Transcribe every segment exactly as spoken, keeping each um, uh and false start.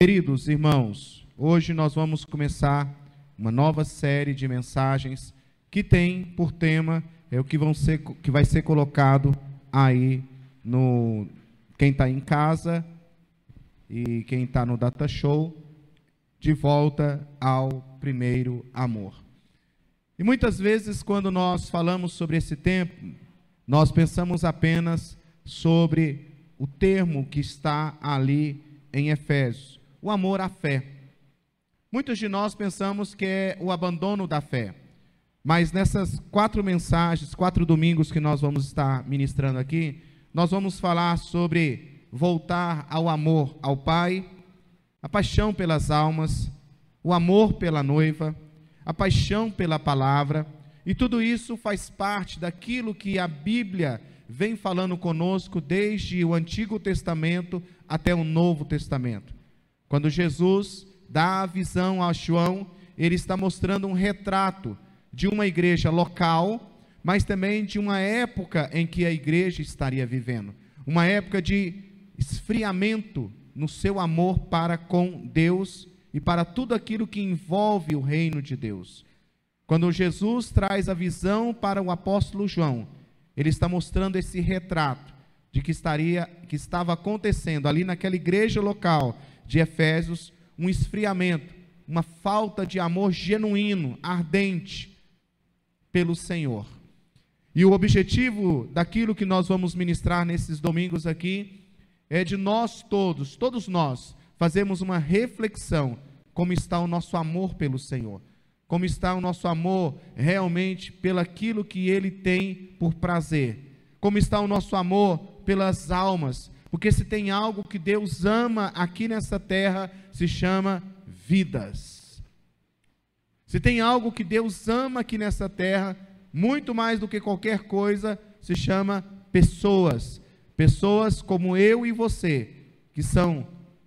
Queridos irmãos, hoje nós vamos começar uma nova série de mensagens que tem por tema é o que vão ser que vai ser colocado aí no quem está em casa e quem está no Data Show, de volta ao primeiro amor. E muitas vezes quando nós falamos sobre esse tempo, nós pensamos apenas sobre o termo que está ali em Efésios, o amor à fé. Muitos de nós pensamos que é o abandono da fé, mas nessas quatro mensagens, quatro domingos que nós vamos estar ministrando aqui, nós vamos falar sobre voltar ao amor ao Pai, a paixão pelas almas, o amor pela noiva, a paixão pela palavra, e tudo isso faz parte daquilo que a Bíblia vem falando conosco desde o Antigo Testamento até o Novo Testamento. Quando Jesus dá a visão a João, ele está mostrando um retrato de uma igreja local, mas também de uma época em que a igreja estaria vivendo. Uma época de esfriamento no seu amor para com Deus e para tudo aquilo que envolve o reino de Deus. Quando Jesus traz a visão para o apóstolo João, ele está mostrando esse retrato de que estaria, que estava acontecendo ali naquela igreja local de Efésios, um esfriamento, uma falta de amor genuíno, ardente pelo Senhor. E o objetivo daquilo que nós vamos ministrar nesses domingos aqui é de nós todos, todos nós, fazermos uma reflexão como está o nosso amor pelo Senhor, como está o nosso amor realmente pelaquilo que Ele tem por prazer, como está o nosso amor pelas almas, porque se tem algo que Deus ama aqui nessa terra, se chama vidas. Se tem algo que Deus ama aqui nessa terra, muito mais do que qualquer coisa, se chama pessoas. Pessoas como eu e você, que são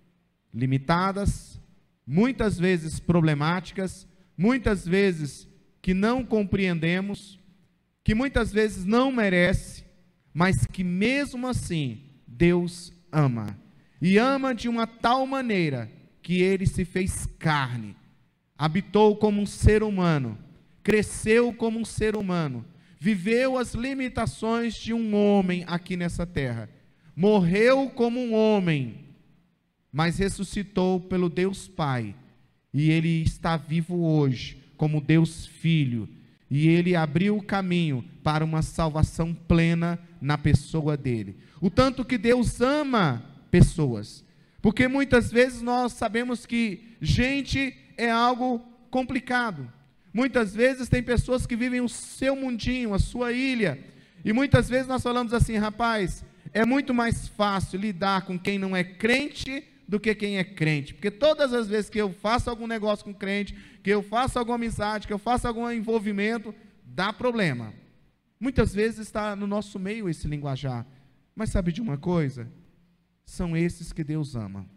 limitadas, muitas vezes problemáticas, muitas vezes que não compreendemos, que muitas vezes não merece, mas que mesmo assim Deus ama, e ama de uma tal maneira que Ele se fez carne, habitou como um ser humano, cresceu como um ser humano, viveu as limitações de um homem aqui nessa terra, morreu como um homem, mas ressuscitou pelo Deus Pai, e Ele está vivo hoje como Deus Filho, e Ele abriu o caminho para uma salvação plena na pessoa dele. O tanto que Deus ama pessoas, porque muitas vezes nós sabemos que gente é algo complicado. Muitas vezes tem pessoas que vivem o seu mundinho, a sua ilha, e muitas vezes nós falamos assim, rapaz, é muito mais fácil lidar com quem não é crente do que quem é crente, porque todas as vezes que eu faço algum negócio com crente, que eu faço alguma amizade, que eu faço algum envolvimento, dá problema. Muitas vezes está no nosso meio esse linguajar, mas sabe de uma coisa? São esses que Deus ama.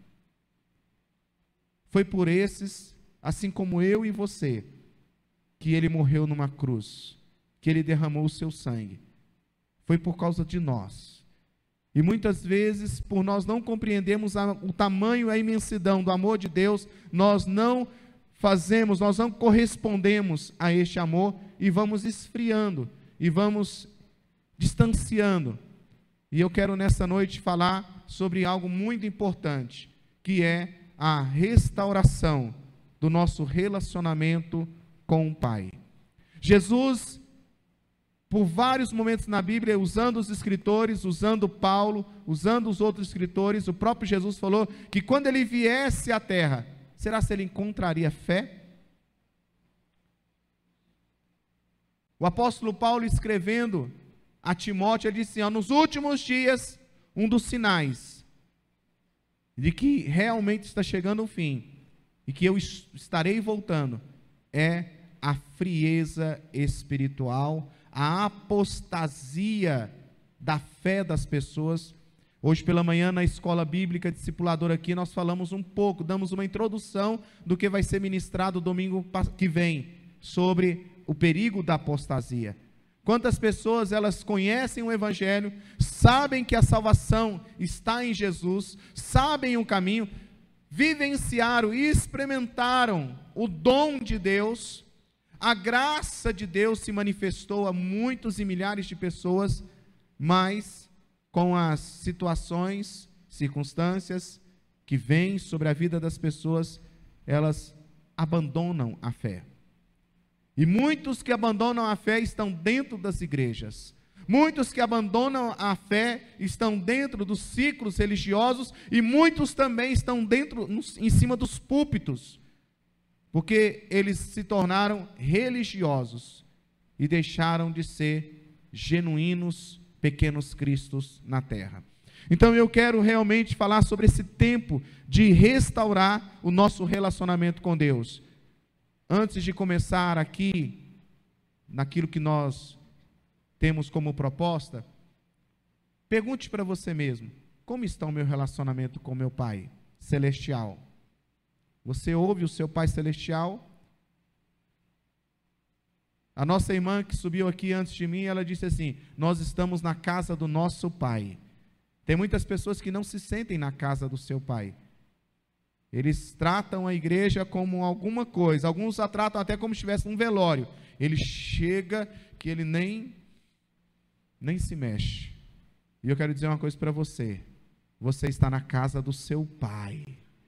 Foi por esses, assim como eu e você, que Ele morreu numa cruz, que Ele derramou o seu sangue. Foi por causa de nós. E muitas vezes, por nós não compreendermos a, o tamanho e a imensidão do amor de Deus, nós não fazemos, nós não correspondemos a este amor e vamos esfriando, e vamos distanciando. E eu quero nessa noite falar sobre algo muito importante, que é a restauração do nosso relacionamento com o Pai. Jesus, por vários momentos na Bíblia, usando os escritores, usando Paulo, usando os outros escritores, o próprio Jesus falou que quando Ele viesse à terra, será se Ele encontraria fé? O apóstolo Paulo, escrevendo a Timóteo, ele disse, ó, nos últimos dias, um dos sinais de que realmente está chegando o fim, e que eu estarei voltando, é a frieza espiritual, a apostasia da fé das pessoas. Hoje pela manhã, na escola bíblica discipuladora aqui, nós falamos um pouco, damos uma introdução do que vai ser ministrado domingo que vem, sobre o perigo da apostasia. Quantas pessoas elas conhecem o Evangelho, sabem que a salvação está em Jesus, sabem o caminho, vivenciaram e experimentaram o dom de Deus, a graça de Deus se manifestou a muitos e milhares de pessoas, mas com as situações, circunstâncias que vêm sobre a vida das pessoas, elas abandonam a fé. E muitos que abandonam a fé estão dentro das igrejas. Muitos que abandonam a fé estão dentro dos ciclos religiosos e muitos também estão dentro, em cima dos púlpitos, porque eles se tornaram religiosos e deixaram de ser genuínos pequenos cristos na terra. Então eu quero realmente falar sobre esse tempo de restaurar o nosso relacionamento com Deus. Antes de começar aqui, naquilo que nós temos como proposta, pergunte para você mesmo: como está o meu relacionamento com meu Pai Celestial? Você ouve o seu Pai Celestial? A nossa irmã que subiu aqui antes de mim, ela disse assim: nós estamos na casa do nosso Pai. Tem muitas pessoas que não se sentem na casa do seu Pai. Eles tratam a igreja como alguma coisa, alguns a tratam até como se estivesse num velório. Ele chega que ele nem, nem se mexe. E eu quero dizer uma coisa para você: você está na casa do seu Pai.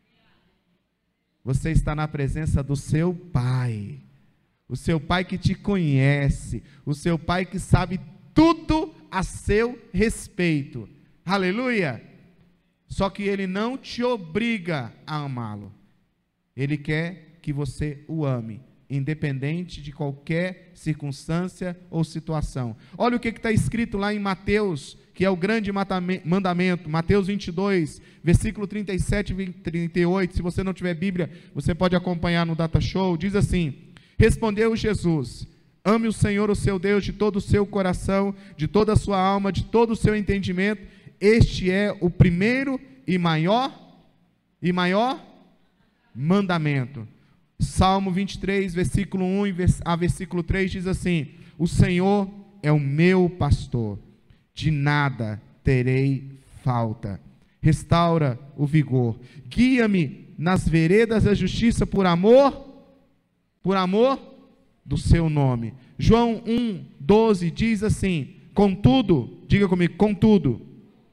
Você está na presença do seu Pai. O seu Pai que te conhece, o seu Pai que sabe tudo a seu respeito. Aleluia! Só que Ele não te obriga a amá-lo. Ele quer que você o ame, independente de qualquer circunstância ou situação. Olha o que está escrito lá em Mateus, que é o grande mandamento, Mateus vinte e dois, versículo trinta e sete e trinta e oito, se você não tiver Bíblia, você pode acompanhar no Data Show. Diz assim: respondeu Jesus: ame o Senhor, o seu Deus, de todo o seu coração, de toda a sua alma, de todo o seu entendimento. Este é o primeiro e maior, e maior mandamento. Salmo vinte e três, versículo um a versículo três diz assim: o Senhor é o meu pastor, de nada terei falta. Restaura o vigor, guia-me nas veredas da justiça por amor, por amor do seu nome. João um, doze diz assim: contudo, diga comigo, contudo,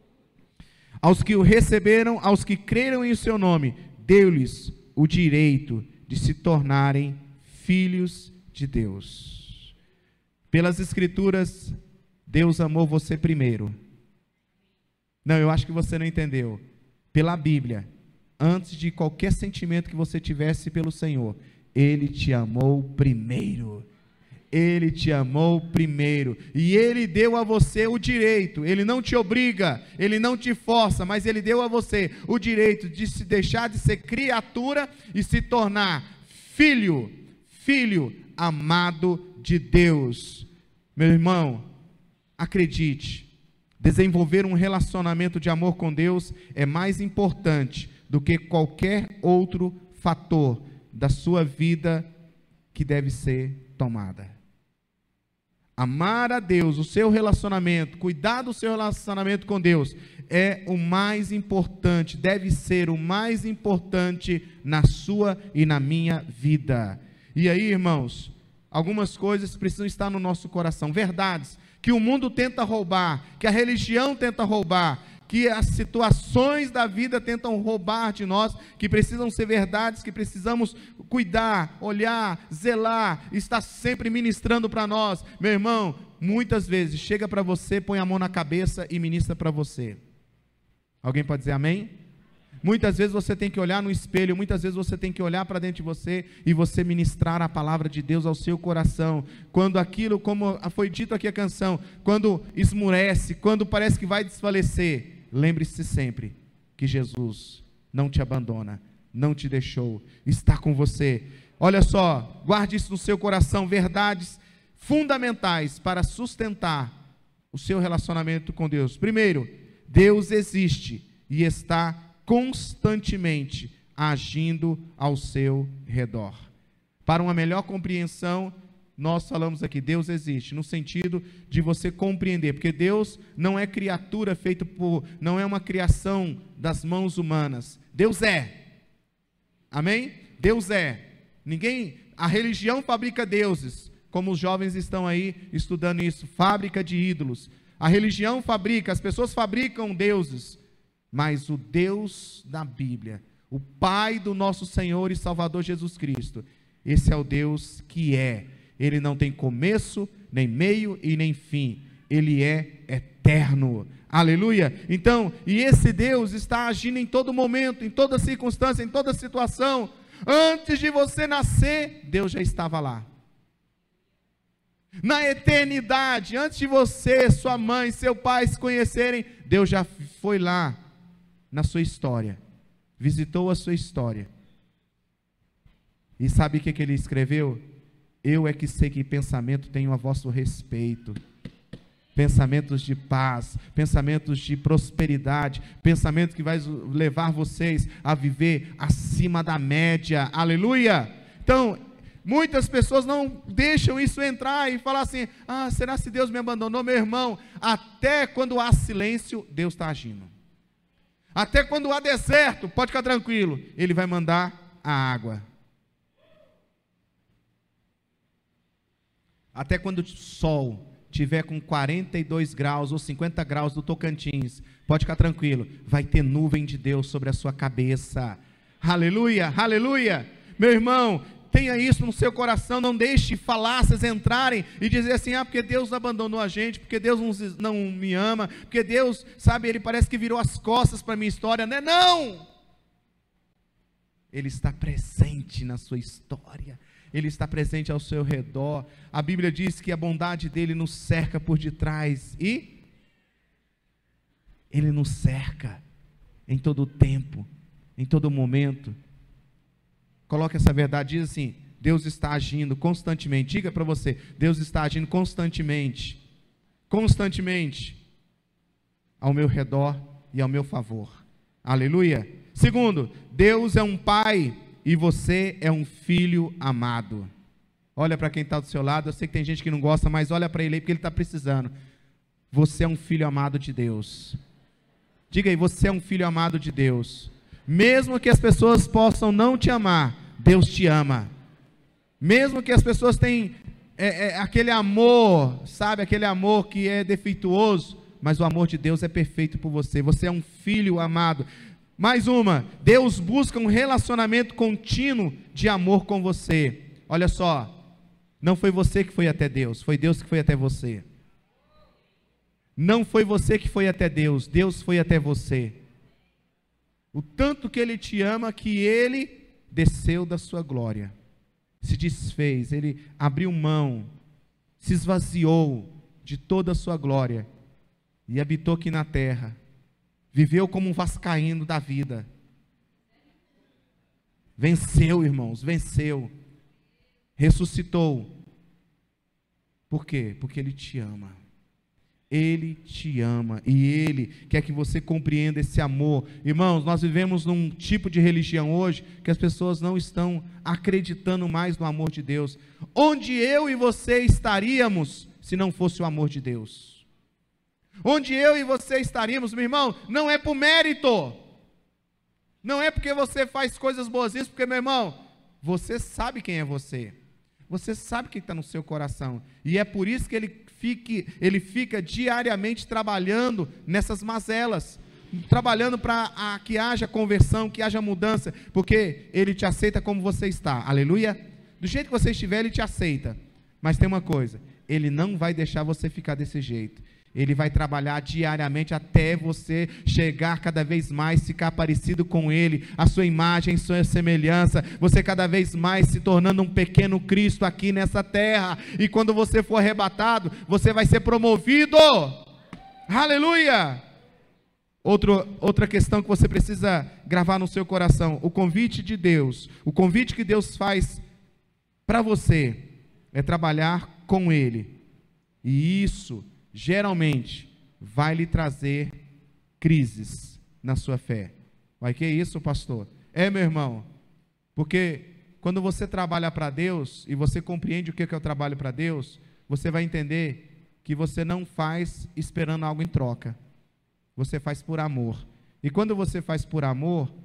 aos que o receberam, aos que creram em seu nome, deu-lhes o direito de se tornarem filhos de Deus. Pelas Escrituras, Deus amou você primeiro. Não, eu acho que você não entendeu. Pela Bíblia, antes de qualquer sentimento que você tivesse pelo Senhor, Ele te amou primeiro. Ele te amou primeiro, e Ele deu a você o direito. Ele não te obriga, Ele não te força, mas Ele deu a você o direito de se deixar de ser criatura e se tornar filho, filho amado de Deus. Meu irmão, acredite, desenvolver um relacionamento de amor com Deus é mais importante do que qualquer outro fator da sua vida que deve ser tomada. Amar a Deus, o seu relacionamento, cuidar do seu relacionamento com Deus, é o mais importante, deve ser o mais importante na sua e na minha vida. E aí, irmãos, algumas coisas precisam estar no nosso coração, verdades que o mundo tenta roubar, que a religião tenta roubar, que as situações da vida tentam roubar de nós, que precisam ser verdades, que precisamos cuidar, olhar, zelar, estar sempre ministrando para nós. Meu irmão, muitas vezes chega para você, põe a mão na cabeça e ministra para você. Alguém pode dizer amém? Muitas vezes você tem que olhar no espelho, muitas vezes você tem que olhar para dentro de você e você ministrar a palavra de Deus ao seu coração. Quando aquilo, como foi dito aqui a canção, quando esmurece, quando parece que vai desfalecer, lembre-se sempre que Jesus não te abandona, não te deixou, está com você. Olha só, guarde isso no seu coração, verdades fundamentais para sustentar o seu relacionamento com Deus. Primeiro, Deus existe e está constantemente agindo ao seu redor. Para uma melhor compreensão, nós falamos aqui, Deus existe, no sentido de você compreender, porque Deus não é criatura feita por, não é uma criação das mãos humanas. Deus é, Amém? Deus é. Ninguém, a religião fabrica deuses, como os jovens estão aí estudando isso, fábrica de ídolos. A religião fabrica, as pessoas fabricam deuses, mas o Deus da Bíblia, o Pai do nosso Senhor e Salvador Jesus Cristo, esse é o Deus que é. Ele não tem começo, nem meio e nem fim. Ele é eterno. Aleluia. Então, e esse Deus está agindo em todo momento, em toda circunstância, em toda situação. Antes de você nascer, Deus já estava lá. Na eternidade, antes de você, sua mãe, seu pai se conhecerem, Deus já foi lá na sua história, visitou a sua história. E sabe o que, que ele escreveu? Eu é que sei que pensamento tenho a vosso respeito. Pensamentos de paz, pensamentos de prosperidade, pensamento que vai levar vocês a viver acima da média. Aleluia! Então, muitas pessoas não deixam isso entrar e falar assim: ah, será se Deus me abandonou? Meu irmão, até quando há silêncio, Deus está agindo. Até quando há deserto, pode ficar tranquilo, Ele vai mandar a água. Até quando o sol tiver com quarenta e dois graus ou cinquenta graus do Tocantins, pode ficar tranquilo, vai ter nuvem de Deus sobre a sua cabeça. Aleluia, aleluia. Meu irmão, tenha isso no seu coração, não deixe falácias entrarem e dizer assim: ah, porque Deus abandonou a gente, porque Deus não, não me ama, porque Deus, sabe, Ele parece que virou as costas para a minha história. Não é não! Ele está presente na sua história. Ele está presente ao seu redor. A Bíblia diz que a bondade dele nos cerca por detrás. E Ele nos cerca em todo o tempo, em todo momento. Coloque essa verdade, diz assim: Deus está agindo constantemente. Diga para você: Deus está agindo constantemente, constantemente, ao meu redor e ao meu favor. Aleluia. Segundo, Deus é um pai e você é um filho amado. Olha para quem está do seu lado. Eu sei que tem gente que não gosta, mas olha para ele aí, porque ele está precisando. Você é um filho amado de Deus. Diga aí: você é um filho amado de Deus. Mesmo que as pessoas possam não te amar, Deus te ama. Mesmo que as pessoas tenham é, é, aquele amor, sabe, aquele amor que é defeituoso, mas o amor de Deus é perfeito por você. Você é um filho amado. Mais uma: Deus busca um relacionamento contínuo de amor com você. Olha só, não foi você que foi até Deus, foi Deus que foi até você. Não foi você que foi até Deus, Deus foi até você. O tanto que Ele te ama, que Ele desceu da sua glória, se desfez, Ele abriu mão, se esvaziou de toda a sua glória e habitou aqui na terra. Viveu como um vascaíno da vida. Venceu, irmãos, venceu. Ressuscitou. Por quê? Porque Ele te ama. Ele te ama. E Ele quer que você compreenda esse amor. Irmãos, nós vivemos num tipo de religião hoje que as pessoas não estão acreditando mais no amor de Deus. Onde eu e você estaríamos se não fosse o amor de Deus? Onde eu e você estaríamos, meu irmão, não é por mérito, não é porque você faz coisas boazinhas, porque, meu irmão, você sabe quem é você, você sabe o que está no seu coração, e é por isso que ele, fique, ele fica diariamente trabalhando nessas mazelas, trabalhando para que haja conversão, que haja mudança, porque Ele te aceita como você está. Aleluia. Do jeito que você estiver, Ele te aceita, mas tem uma coisa: Ele não vai deixar você ficar desse jeito. Ele vai trabalhar diariamente até você chegar cada vez mais, ficar parecido com Ele, a sua imagem, sua semelhança, você cada vez mais se tornando um pequeno Cristo aqui nessa terra, e quando você for arrebatado, você vai ser promovido. Aleluia! Outro, outra questão que você precisa gravar no seu coração: o convite de Deus, o convite que Deus faz para você é trabalhar com Ele, e isso geralmente vai lhe trazer crises na sua fé. Vai, que isso, pastor? É, meu irmão, porque quando você trabalha para Deus e você compreende o que é o trabalho para Deus, você vai entender que você não faz esperando algo em troca, você faz por amor. E quando você faz por amor,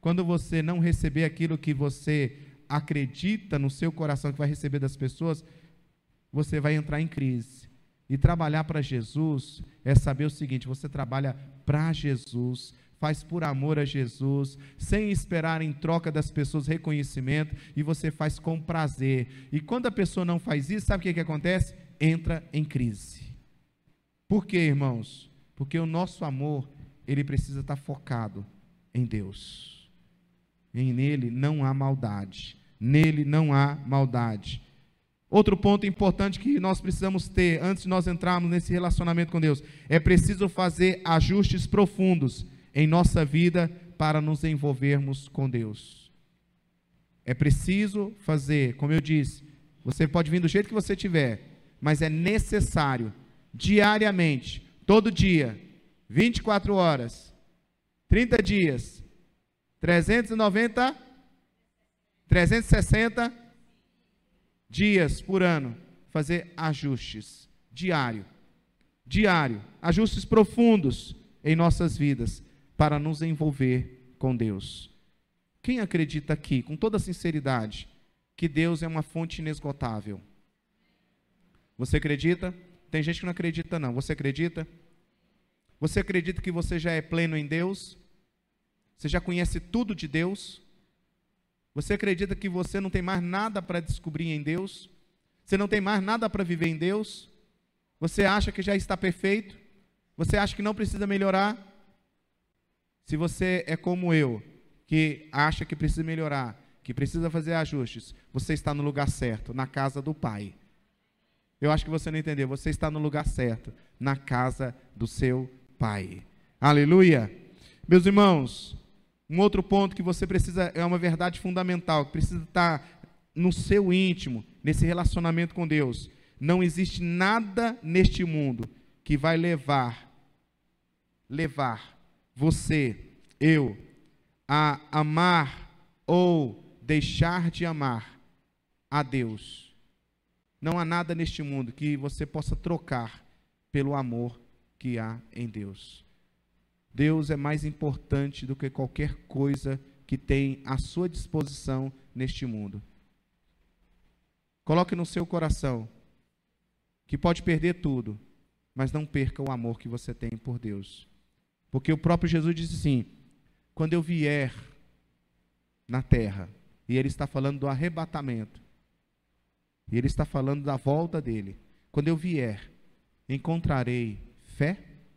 quando você não receber aquilo que você acredita no seu coração que vai receber das pessoas, você vai entrar em crise. E trabalhar para Jesus é saber o seguinte: você trabalha para Jesus, faz por amor a Jesus, sem esperar em troca das pessoas reconhecimento, e você faz com prazer. E quando a pessoa não faz isso, sabe o que, que acontece? Entra em crise. Por quê, irmãos? Porque o nosso amor, ele precisa estar focado em Deus. E nele não há maldade. Nele não há maldade. Outro ponto importante que nós precisamos ter, antes de nós entrarmos nesse relacionamento com Deus, é preciso fazer ajustes profundos em nossa vida para nos envolvermos com Deus. É preciso fazer, como eu disse, você pode vir do jeito que você tiver, mas é necessário, diariamente, todo dia, vinte e quatro horas, trinta dias, trezentos e noventa, trezentos e sessenta dias por ano, fazer ajustes, diário, diário, ajustes profundos em nossas vidas, para nos envolver com Deus. Quem acredita aqui, com toda sinceridade, que Deus é uma fonte inesgotável? Você acredita? Tem gente que não acredita não. Você acredita? Você acredita que você já é pleno em Deus? Você já conhece tudo de Deus? Você acredita que você não tem mais nada para descobrir em Deus? Você não tem mais nada para viver em Deus? Você acha que já está perfeito? Você acha que não precisa melhorar? Se você é como eu, que acha que precisa melhorar, que precisa fazer ajustes, você está no lugar certo, na casa do Pai. Eu acho que você não entendeu. Você está no lugar certo, na casa do seu Pai. Aleluia! Meus irmãos, um outro ponto que você precisa, é uma verdade fundamental, que precisa estar no seu íntimo, nesse relacionamento com Deus. Não existe nada neste mundo que vai levar, levar você, eu, a amar ou deixar de amar a Deus. Não há nada neste mundo que você possa trocar pelo amor que há em Deus. Deus é mais importante do que qualquer coisa que tem à sua disposição neste mundo. Coloque no seu coração que pode perder tudo, mas não perca o amor que você tem por Deus. Porque o próprio Jesus disse assim: quando eu vier na terra, e ele está falando do arrebatamento, e ele está falando da volta dele, quando eu vier, encontrarei fé?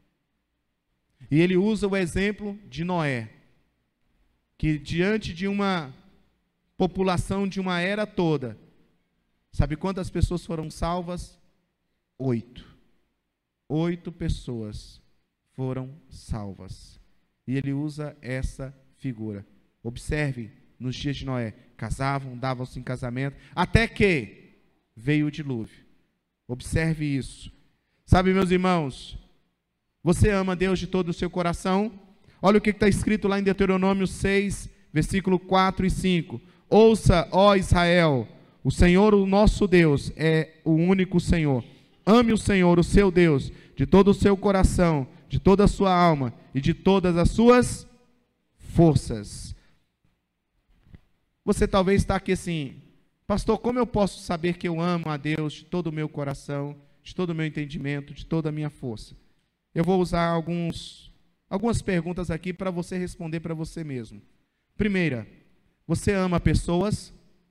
E ele usa o exemplo de Noé, que diante de uma população de uma era toda, sabe quantas pessoas foram salvas? Oito. Oito pessoas foram salvas. E ele usa essa figura. Observe, nos dias de Noé, casavam, davam-se em casamento, até que veio o dilúvio. Observe isso. Sabe, meus irmãos, você ama Deus de todo o seu coração? Olha o que está escrito lá em Deuteronômio seis, versículo quatro e cinco. Ouça, ó Israel, o Senhor, o nosso Deus, é o único Senhor. Ame o Senhor, o seu Deus, de todo o seu coração, de toda a sua alma e de todas as suas forças. Você talvez está aqui assim: pastor, como eu posso saber que eu amo a Deus de todo o meu coração, de todo o meu entendimento, de toda a minha força? Eu vou usar alguns, algumas perguntas aqui para você responder para você mesmo. Primeira, você ama pessoas?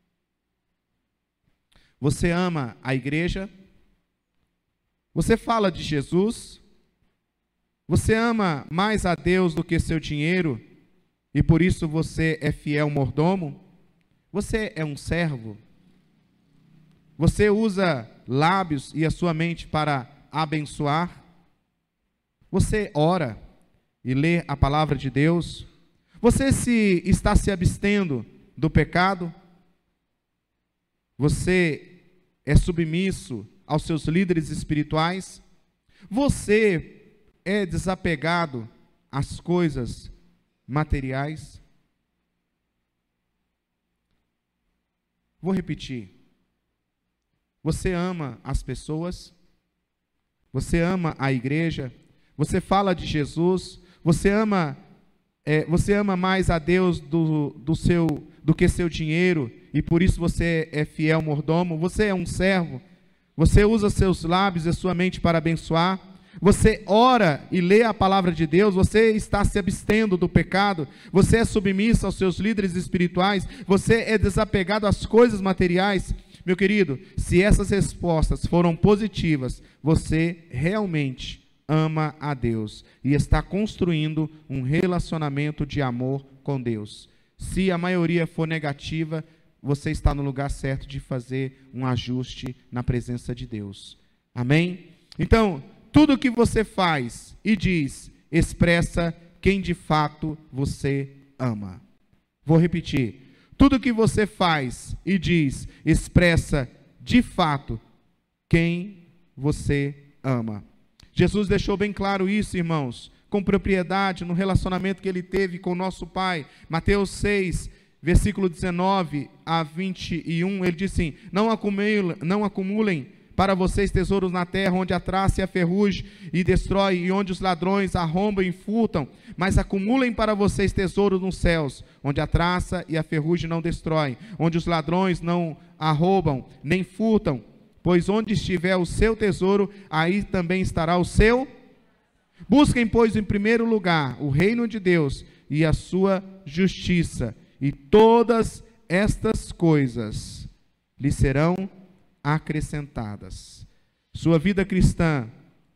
Você ama a igreja? Você fala de Jesus? Você ama mais a Deus do que seu dinheiro e por isso você é fiel mordomo? Você é um servo? Você usa lábios e a sua mente para abençoar? Você ora e lê a palavra de Deus? Você se está se abstendo do pecado? Você é submisso aos seus líderes espirituais? Você é desapegado às coisas materiais? Vou repetir. Você ama as pessoas? Você ama a igreja? Você fala de Jesus? Você ama é, você ama mais a Deus do, do, seu, do que seu dinheiro, e por isso você é fiel mordomo? Você é um servo? Você usa seus lábios e sua mente para abençoar? Você ora e lê a palavra de Deus? Você está se abstendo do pecado? Você é submisso aos seus líderes espirituais? Você é desapegado às coisas materiais? Meu querido, se essas respostas foram positivas, você realmente ama a Deus e está construindo um relacionamento de amor com Deus. Se a maioria for negativa, você está no lugar certo de fazer um ajuste na presença de Deus. Amém? Então, tudo que você faz e diz, expressa quem de fato você ama. Vou repetir. Tudo que você faz e diz, expressa de fato quem você ama. Jesus deixou bem claro isso, irmãos, com propriedade no relacionamento que ele teve com o nosso Pai. Mateus seis, versículo dezenove a vinte e um, ele diz assim: não acumulem, não acumulem para vocês tesouros na terra, onde a traça e a ferrugem e destrói, e onde os ladrões arrombam e furtam, mas acumulem para vocês tesouros nos céus, onde a traça e a ferrugem não destroem, onde os ladrões não arrombam, nem furtam, pois onde estiver o seu tesouro, aí também estará o seu. Busquem, pois, em primeiro lugar o reino de Deus e a sua justiça, e todas estas coisas lhe serão acrescentadas. Sua vida cristã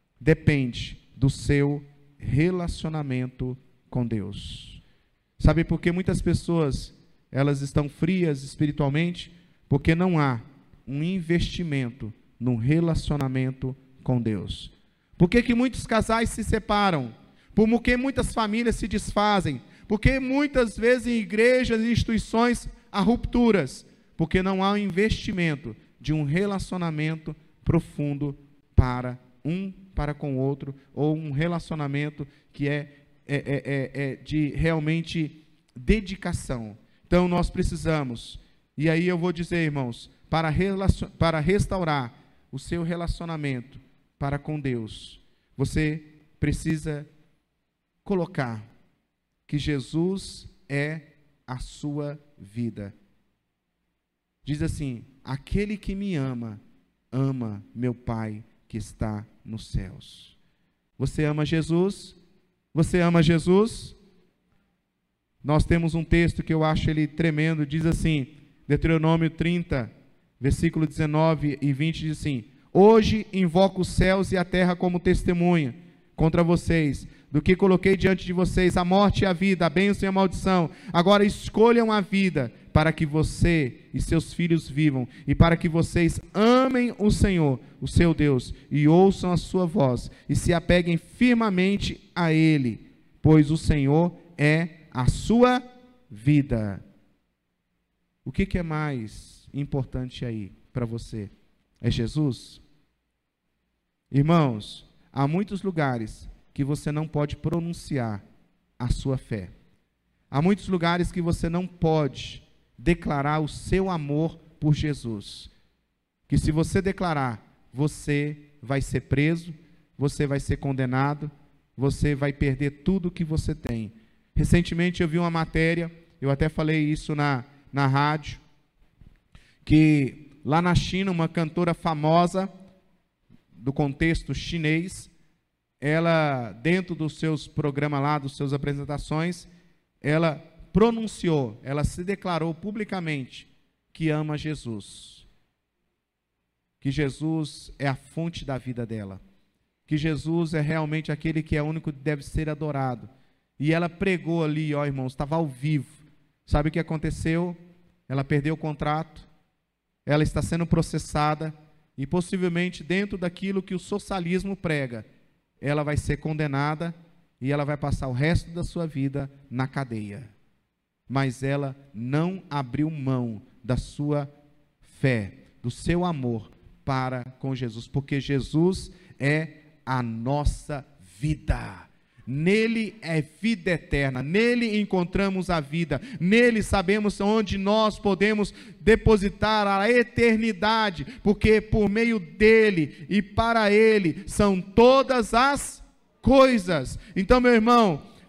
depende do seu relacionamento com Deus. Sabe por que muitas pessoas elas estão frias espiritualmente? Porque não há um investimento no relacionamento com Deus. Por que que muitos casais se separam? Por que muitas famílias se desfazem? Porque muitas vezes em igrejas e instituições há rupturas? Porque não há um investimento de um relacionamento profundo para um para com o outro, ou um relacionamento que é, é, é, é, é de realmente dedicação. Então nós precisamos, e aí eu vou dizer, irmãos, para, para restaurar o seu relacionamento para com Deus, você precisa colocar que Jesus é a sua vida. Diz assim: aquele que me ama, ama meu Pai que está nos céus. Você ama Jesus? Você ama Jesus? Nós temos um texto que eu acho ele tremendo, diz assim, Deuteronômio trinta, versículo dezenove e vinte, diz assim: hoje invoco os céus e a terra como testemunha contra vocês, do que coloquei diante de vocês a morte e a vida, a bênção e a maldição. Agora escolham a vida, para que você e seus filhos vivam, e para que vocês amem o Senhor, o seu Deus, e ouçam a sua voz, e se apeguem firmemente a Ele, pois o Senhor é a sua vida. O que, que é mais importante aí para você? É Jesus? Irmãos, há muitos lugares que você não pode pronunciar a sua fé. Há muitos lugares que você não pode declarar o seu amor por Jesus. Que se você declarar, você vai ser preso, você vai ser condenado, você vai perder tudo que você tem. Recentemente eu vi uma matéria, eu até falei isso na, na rádio, que lá na China, uma cantora famosa, do contexto chinês, ela, dentro dos seus programas lá, das suas apresentações, ela pronunciou, ela se declarou publicamente que ama Jesus. Que Jesus é a fonte da vida dela. Que Jesus é realmente aquele que é único que deve ser adorado. E ela pregou ali, ó irmãos, estava ao vivo. Sabe o que aconteceu? Ela perdeu o contrato, ela está sendo processada, e possivelmente dentro daquilo que o socialismo prega, ela vai ser condenada e ela vai passar o resto da sua vida na cadeia. Mas ela não abriu mão da sua fé, do seu amor para com Jesus, porque Jesus é a nossa vida. Nele é vida eterna, nele encontramos a vida, nele sabemos onde nós podemos depositar a eternidade, porque por meio dele e para ele são todas as coisas. Então, meu irmão,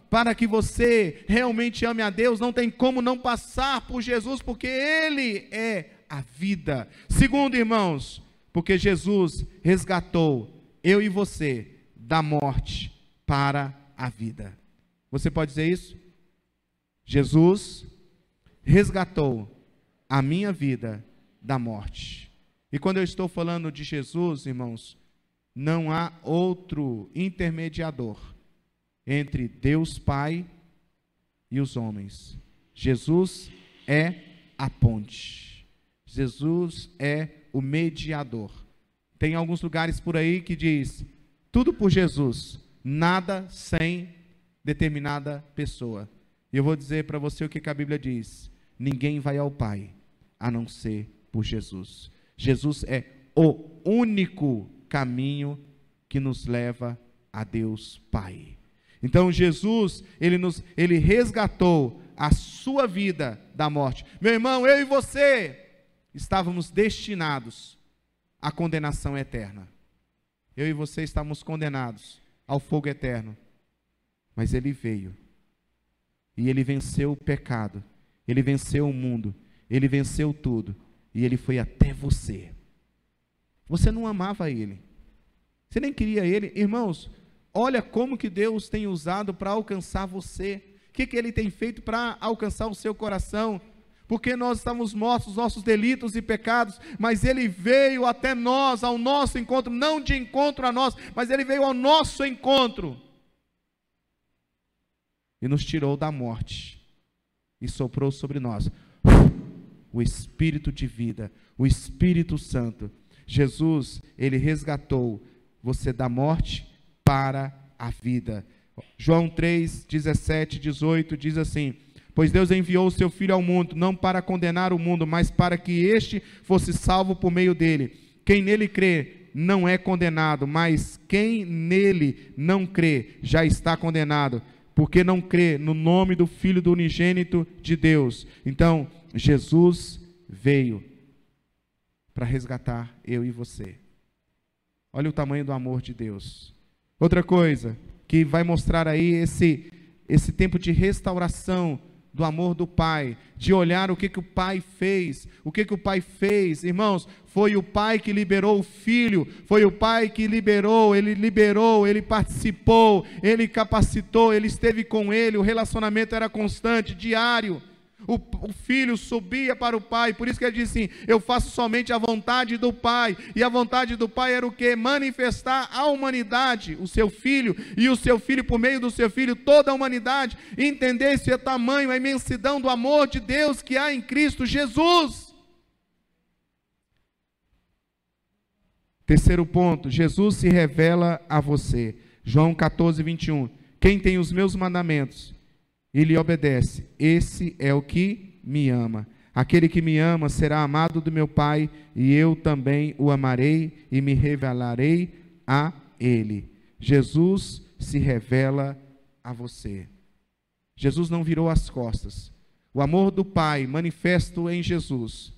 para que você realmente ame a Deus, não tem como não passar por Jesus, porque Ele é a vida. Segundo, irmãos, porque Jesus resgatou eu e você da morte para a vida. Você pode dizer isso? Jesus resgatou a minha vida da morte. E quando eu estou falando de Jesus, irmãos, não há outro intermediador entre Deus Pai e os homens. Jesus é a ponte. Jesus é o mediador. Tem alguns lugares por aí que diz, tudo por Jesus, nada sem determinada pessoa. E eu vou dizer para você o que a Bíblia diz, ninguém vai ao Pai, a não ser por Jesus. Jesus é o único caminho que nos leva a Deus Pai. Então Jesus, ele, nos, ele resgatou a sua vida da morte. Meu irmão, eu e você estávamos destinados à condenação eterna. Eu e você estávamos condenados ao fogo eterno. Mas ele veio. E ele venceu o pecado. Ele venceu o mundo. Ele venceu tudo. E ele foi até você. Você não amava ele. Você nem queria ele. Irmãos, olha como que Deus tem usado para alcançar você. O que, que ele tem feito para alcançar o seu coração? Porque nós estamos mortos, nossos delitos e pecados, mas ele veio até nós, ao nosso encontro, não de encontro a nós, mas ele veio ao nosso encontro. E nos tirou da morte. E soprou sobre nós o Espírito de vida, o Espírito Santo. Jesus, ele resgatou você da morte para a vida. João três, dezessete, dezoito diz assim, pois Deus enviou o seu Filho ao mundo, não para condenar o mundo, mas para que este fosse salvo por meio dele. Quem nele crê não é condenado, mas quem nele não crê já está condenado, porque não crê no nome do Filho do unigênito de Deus. Então, Jesus veio para resgatar eu e você. Olha o tamanho do amor de Deus. Outra coisa que vai mostrar aí esse, esse tempo de restauração do amor do Pai, de olhar o que, que o Pai fez, o que, que o Pai fez, irmãos, foi o Pai que liberou o Filho, foi o Pai que liberou, Ele liberou, Ele participou, Ele capacitou, Ele esteve com Ele, o relacionamento era constante, diário. O, o filho subia para o pai, por isso que ele disse assim, eu faço somente a vontade do Pai, e a vontade do Pai era o que? Manifestar à humanidade, o seu filho, e o seu filho, por meio do seu filho, toda a humanidade, entender esse tamanho, a imensidão do amor de Deus que há em Cristo Jesus. Terceiro ponto, Jesus se revela a você, João catorze, vinte e um, quem tem os meus mandamentos e lhe obedece, esse é o que me ama. Aquele que me ama será amado do meu Pai, e eu também o amarei e me revelarei a ele. Jesus se revela a você. Jesus não virou as costas. O amor do Pai manifesto em Jesus,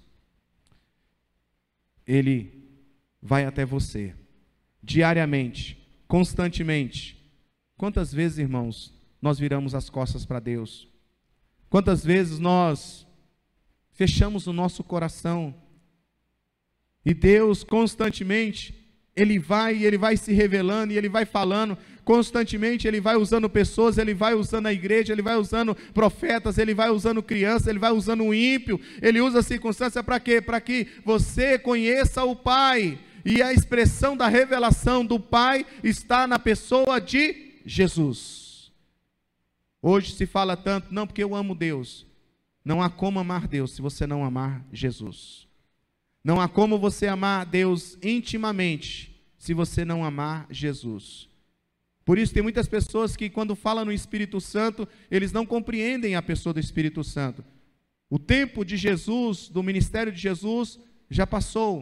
ele vai até você, diariamente, constantemente. Quantas vezes, irmãos, nós viramos as costas para Deus? Quantas vezes nós fechamos o nosso coração? E Deus constantemente, Ele vai, Ele vai se revelando, e Ele vai falando, constantemente Ele vai usando pessoas, Ele vai usando a igreja, Ele vai usando profetas, Ele vai usando crianças, Ele vai usando o ímpio, Ele usa a circunstância para quê? Para que você conheça o Pai, e a expressão da revelação do Pai está na pessoa de Jesus. Hoje se fala tanto, não, porque eu amo Deus. Não há como amar Deus se você não amar Jesus. Não há como você amar Deus intimamente se você não amar Jesus. Por isso tem muitas pessoas que quando falam no Espírito Santo, eles não compreendem a pessoa do Espírito Santo. O tempo de Jesus, do ministério de Jesus, já passou.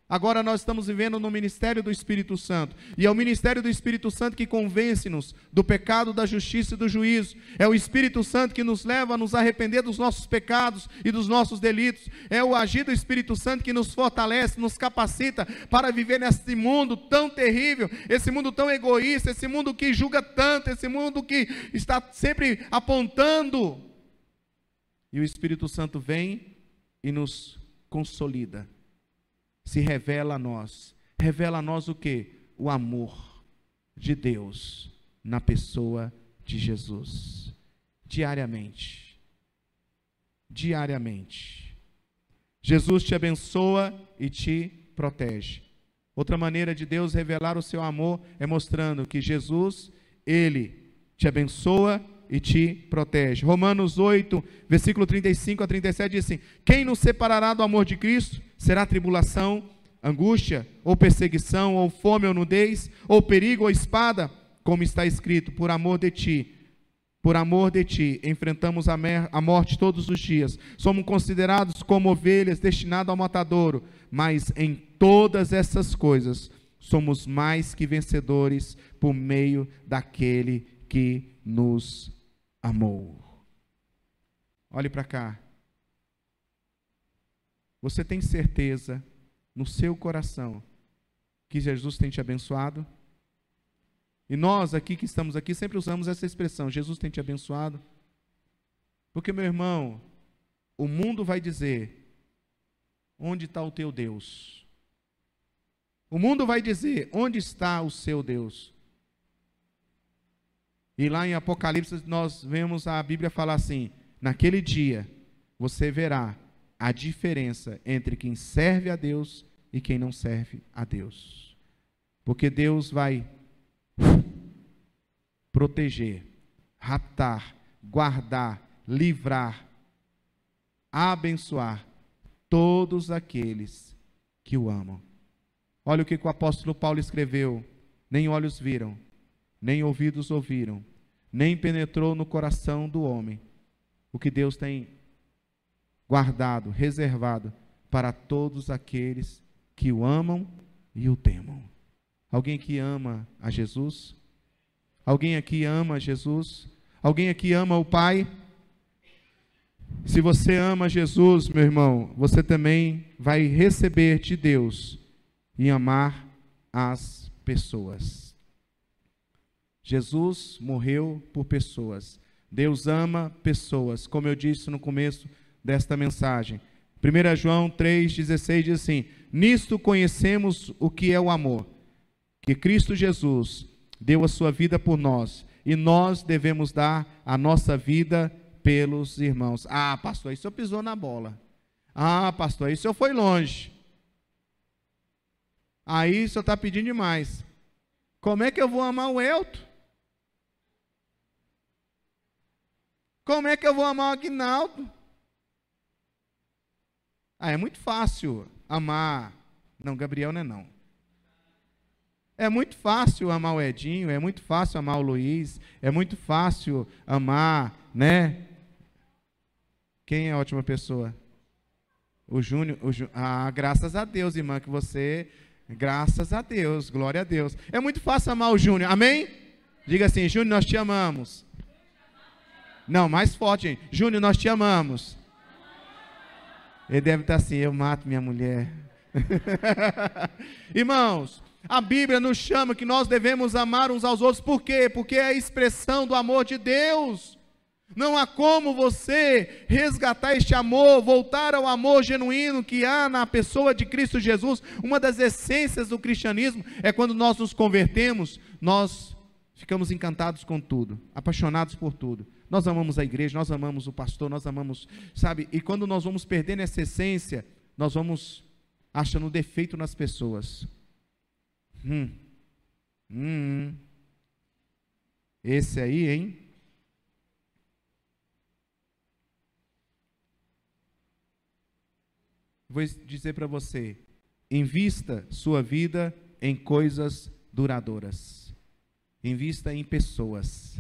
Agora nós estamos vivendo no ministério do Espírito Santo, e é o ministério do Espírito Santo que convence-nos do pecado, da justiça e do juízo. É o Espírito Santo que nos leva a nos arrepender dos nossos pecados e dos nossos delitos. É o agir do Espírito Santo que nos fortalece, nos capacita para viver nesse mundo tão terrível, esse mundo tão egoísta, esse mundo que julga tanto, esse mundo que está sempre apontando. E o Espírito Santo vem e nos consolida. Se revela a nós, revela a nós o quê? O amor de Deus na pessoa de Jesus, diariamente, diariamente. Jesus te abençoa e te protege. Outra maneira de Deus revelar o seu amor é mostrando que Jesus, Ele te abençoa e te protege. Romanos oito, versículo trinta e cinco a trinta e sete diz assim: quem nos separará do amor de Cristo? Será tribulação, angústia, ou perseguição, ou fome, ou nudez, ou perigo, ou espada? Como está escrito, por amor de ti, por amor de ti, enfrentamos a, a morte todos os dias. Somos considerados como ovelhas destinadas ao matadouro, mas em todas essas coisas somos mais que vencedores por meio daquele que nos amou. Olhe para cá. Você tem certeza no seu coração que Jesus tem te abençoado? E nós aqui que estamos aqui sempre usamos essa expressão: Jesus tem te abençoado. Porque, meu irmão, o mundo vai dizer: onde está o teu Deus? O mundo vai dizer: onde está o seu Deus? E lá em Apocalipse nós vemos a Bíblia falar assim: naquele dia você verá a diferença entre quem serve a Deus e quem não serve a Deus. Porque Deus vai proteger, raptar, guardar, livrar, abençoar todos aqueles que o amam. Olha o que o apóstolo Paulo escreveu: nem olhos viram, nem ouvidos ouviram, nem penetrou no coração do homem o que Deus tem guardado, reservado para todos aqueles que o amam e o temam. Alguém que ama a Jesus? Alguém aqui ama a Jesus? Alguém aqui ama o Pai? Se você ama Jesus, meu irmão, você também vai receber de Deus e amar as pessoas. Jesus morreu por pessoas. Deus ama pessoas, como eu disse no começo desta mensagem. primeira João três, dezesseis diz assim: nisto conhecemos o que é o amor, que Cristo Jesus deu a sua vida por nós, e nós devemos dar a nossa vida pelos irmãos. Ah, pastor, aí o senhor pisou na bola. Ah, pastor, aí o senhor foi longe. Aí o senhor está pedindo demais. Como é que eu vou amar o Elton? Como é que eu vou amar o Aguinaldo? Ah, é muito fácil amar. Não, Gabriel não é não. É muito fácil amar o Edinho, é muito fácil amar o Luiz, é muito fácil amar, né? Quem é a ótima pessoa? O Júnior. O Jú... Ah, graças a Deus, irmã, que você... Graças a Deus, glória a Deus. É muito fácil amar o Júnior, amém? Diga assim: Júnior, nós te amamos. Não, mais forte, hein? Júnior, nós te amamos. Ele deve estar assim: eu mato minha mulher. Irmãos, a Bíblia nos chama que nós devemos amar uns aos outros. Por quê? Porque é a expressão do amor de Deus. Não há como você resgatar este amor, voltar ao amor genuíno que há na pessoa de Cristo Jesus. Uma das essências do cristianismo é quando nós nos convertemos, nós ficamos encantados com tudo, apaixonados por tudo. Nós amamos a igreja, nós amamos o pastor, nós amamos, sabe? E quando nós vamos perdendo essa essência, nós vamos achando defeito nas pessoas. Hum, hum, esse aí, hein? Vou dizer para você: invista sua vida em coisas duradouras. Invista em pessoas.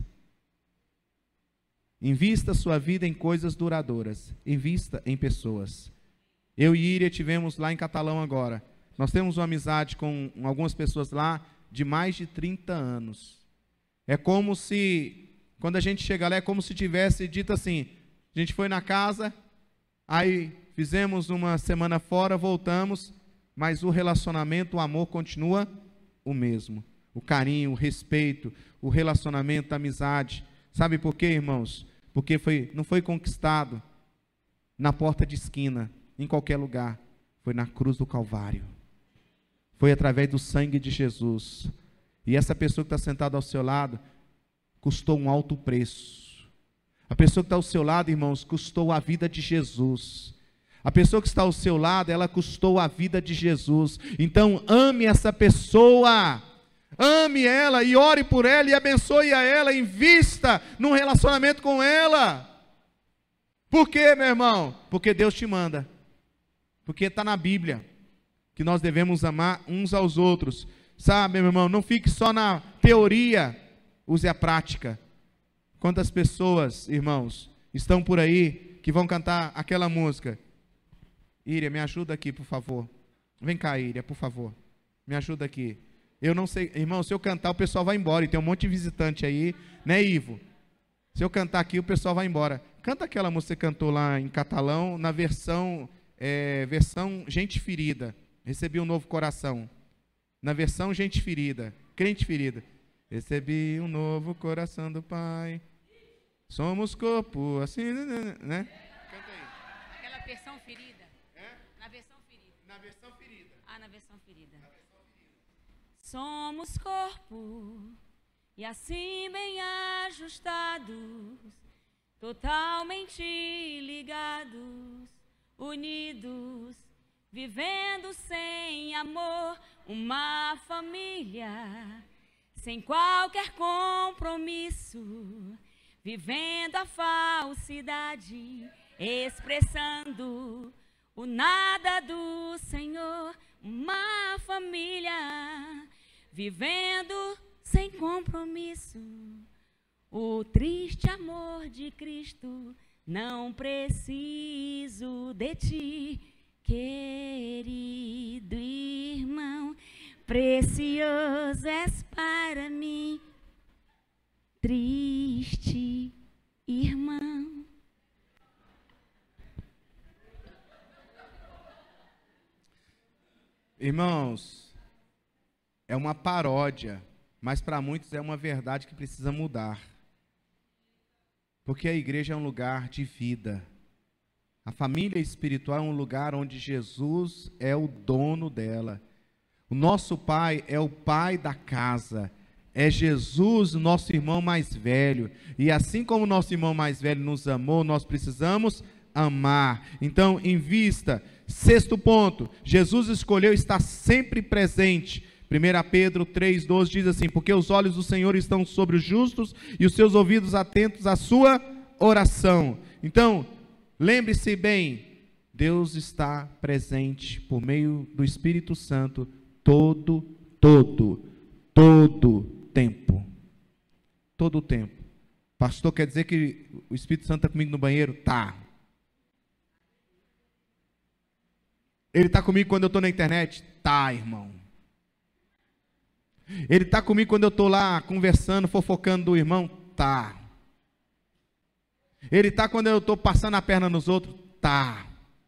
Invista sua vida em coisas duradouras. Invista em pessoas. Eu e Iria tivemos lá em Catalão agora. Nós temos uma amizade com algumas pessoas lá de mais de trinta anos. É como se, quando a gente chega lá, é como se tivesse dito assim, a gente foi na casa, aí fizemos uma semana fora, voltamos, mas o relacionamento, o amor continua o mesmo. O carinho, o respeito, o relacionamento, a amizade. Sabe por quê, irmãos? Porque foi, não foi conquistado na porta de esquina, em qualquer lugar. Foi na cruz do Calvário. Foi através do sangue de Jesus. E essa pessoa que está sentada ao seu lado, custou um alto preço. A pessoa que está ao seu lado, irmãos, custou a vida de Jesus. A pessoa que está ao seu lado, ela custou a vida de Jesus. Então, ame essa pessoa. Ame ela e ore por ela e abençoe a ela, invista num relacionamento com ela. Por quê, meu irmão? Porque Deus te manda. Porque está na Bíblia que nós devemos amar uns aos outros. Sabe, meu irmão, não fique só na teoria, use a prática. Quantas pessoas, irmãos, estão por aí que vão cantar aquela música? Íria, me ajuda aqui, por favor. Vem cá, Íria, por favor. Me ajuda aqui. Eu não sei, irmão, se eu cantar o pessoal vai embora, e tem um monte de visitante aí, né, Ivo? Se eu cantar aqui o pessoal vai embora. Canta aquela música que você cantou lá em catalão, na versão, é, versão Gente Ferida. Recebi um novo coração. Na versão Gente Ferida, crente ferida. Recebi um novo coração do Pai. Somos corpo, assim, né? Canta aí. Aquela versão ferida. É? Na versão ferida. Na versão ferida. Ah, na versão ferida. Somos corpo, e assim bem ajustados, totalmente ligados, unidos, vivendo sem amor, uma família, sem qualquer compromisso, vivendo a falsidade, expressando o nada do Senhor, uma família, vivendo sem compromisso, o triste amor de Cristo, não preciso de ti, querido irmão, precioso és para mim, triste irmão. Irmãos, é uma paródia, mas para muitos é uma verdade que precisa mudar. Porque a igreja é um lugar de vida. A família espiritual é um lugar onde Jesus é o dono dela. O nosso pai é o pai da casa. É Jesus, o nosso irmão mais velho. E assim como o nosso irmão mais velho nos amou, nós precisamos amar. Então, invista. Sexto ponto, Jesus escolheu estar sempre presente. primeira Pedro três, doze diz assim, porque os olhos do Senhor estão sobre os justos e os seus ouvidos atentos à sua oração. Então, lembre-se bem, Deus está presente por meio do Espírito Santo todo, todo, todo tempo. Todo o tempo. Pastor, quer dizer que o Espírito Santo está comigo no banheiro? Tá. Ele está comigo quando eu estou na internet? Tá, irmão. Ele está comigo quando eu estou lá conversando, fofocando do irmão? Tá. Ele está quando eu estou passando a perna nos outros? Tá.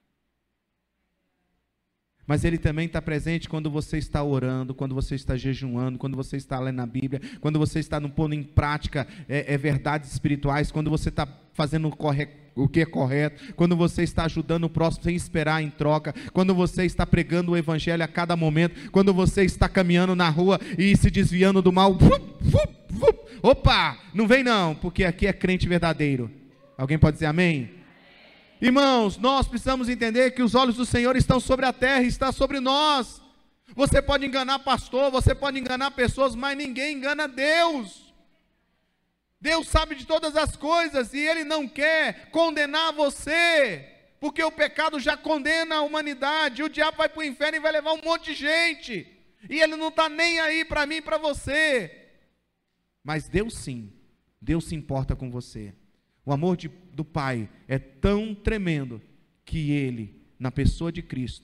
Mas Ele também está presente quando você está orando, quando você está jejuando, quando você está lendo a Bíblia, quando você está pondo em prática é, é, verdades espirituais, quando você está fazendo o, corre, o que é correto, quando você está ajudando o próximo sem esperar em troca, quando você está pregando o Evangelho a cada momento, quando você está caminhando na rua e se desviando do mal. Vup, vup, vup. Opa, não vem não, porque aqui é crente verdadeiro. Alguém pode dizer amém? Irmãos, nós precisamos entender que os olhos do Senhor estão sobre a terra, está sobre nós. Você pode enganar pastor, você pode enganar pessoas, mas ninguém engana Deus. Deus sabe de todas as coisas e Ele não quer condenar você, porque o pecado já condena a humanidade, o diabo vai para o inferno e vai levar um monte de gente, e Ele não está nem aí para mim e para você, mas Deus sim, Deus se importa com você. O amor de, do Pai é tão tremendo que Ele, na pessoa de Cristo,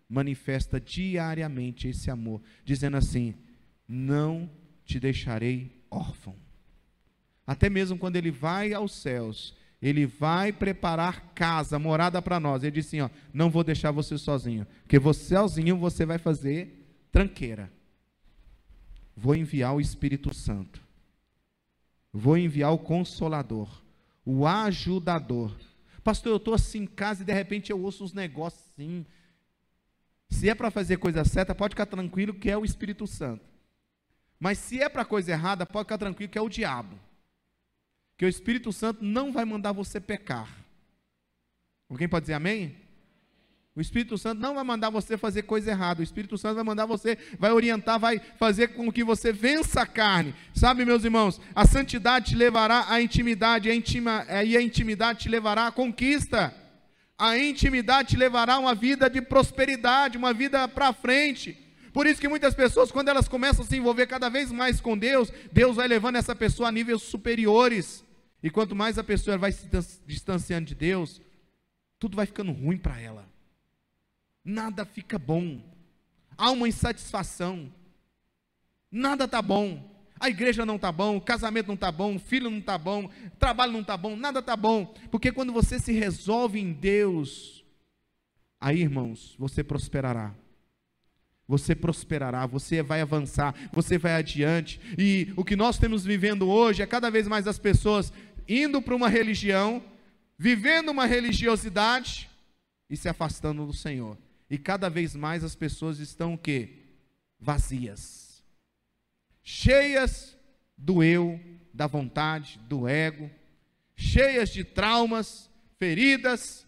manifesta diariamente esse amor, dizendo assim: não te deixarei órfão. Até mesmo quando ele vai aos céus, ele vai preparar casa, morada para nós. Ele diz assim, ó, não vou deixar você sozinho, porque você sozinho você vai fazer tranqueira. Vou enviar o Espírito Santo. Vou enviar o Consolador, o Ajudador. Pastor, eu estou assim em casa e de repente eu ouço uns negócios assim. Se é para fazer coisa certa, pode ficar tranquilo que é o Espírito Santo. Mas se é para coisa errada, pode ficar tranquilo que é o diabo. Que o Espírito Santo não vai mandar você pecar. Alguém pode dizer amém? O Espírito Santo não vai mandar você fazer coisa errada. O Espírito Santo vai mandar você, vai orientar, vai fazer com que você vença a carne. Sabe, meus irmãos, a santidade te levará à intimidade, a intima, e a intimidade te levará à conquista. A intimidade te levará a uma vida de prosperidade, uma vida para frente. Por isso que muitas pessoas, quando elas começam a se envolver cada vez mais com Deus, Deus vai levando essa pessoa a níveis superiores. E quanto mais a pessoa vai se distanciando de Deus, tudo vai ficando ruim para ela. Nada fica bom. Há uma insatisfação. Nada está bom. A igreja não está bom, o casamento não está bom, o filho não está bom, o trabalho não está bom, nada está bom. Porque quando você se resolve em Deus, aí, irmãos, você prosperará. Você prosperará, você vai avançar, você vai adiante. E o que nós temos vivendo hoje é cada vez mais as pessoas indo para uma religião, vivendo uma religiosidade e se afastando do Senhor. E cada vez mais as pessoas estão o quê? Vazias. Cheias do eu, da vontade, do ego, cheias de traumas, feridas,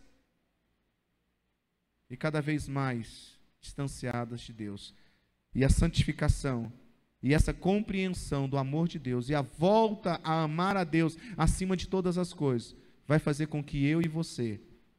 e cada vez mais distanciadas de Deus. E a santificação, e essa compreensão do amor de Deus, e a volta a amar a Deus acima de todas as coisas, vai fazer com que eu e você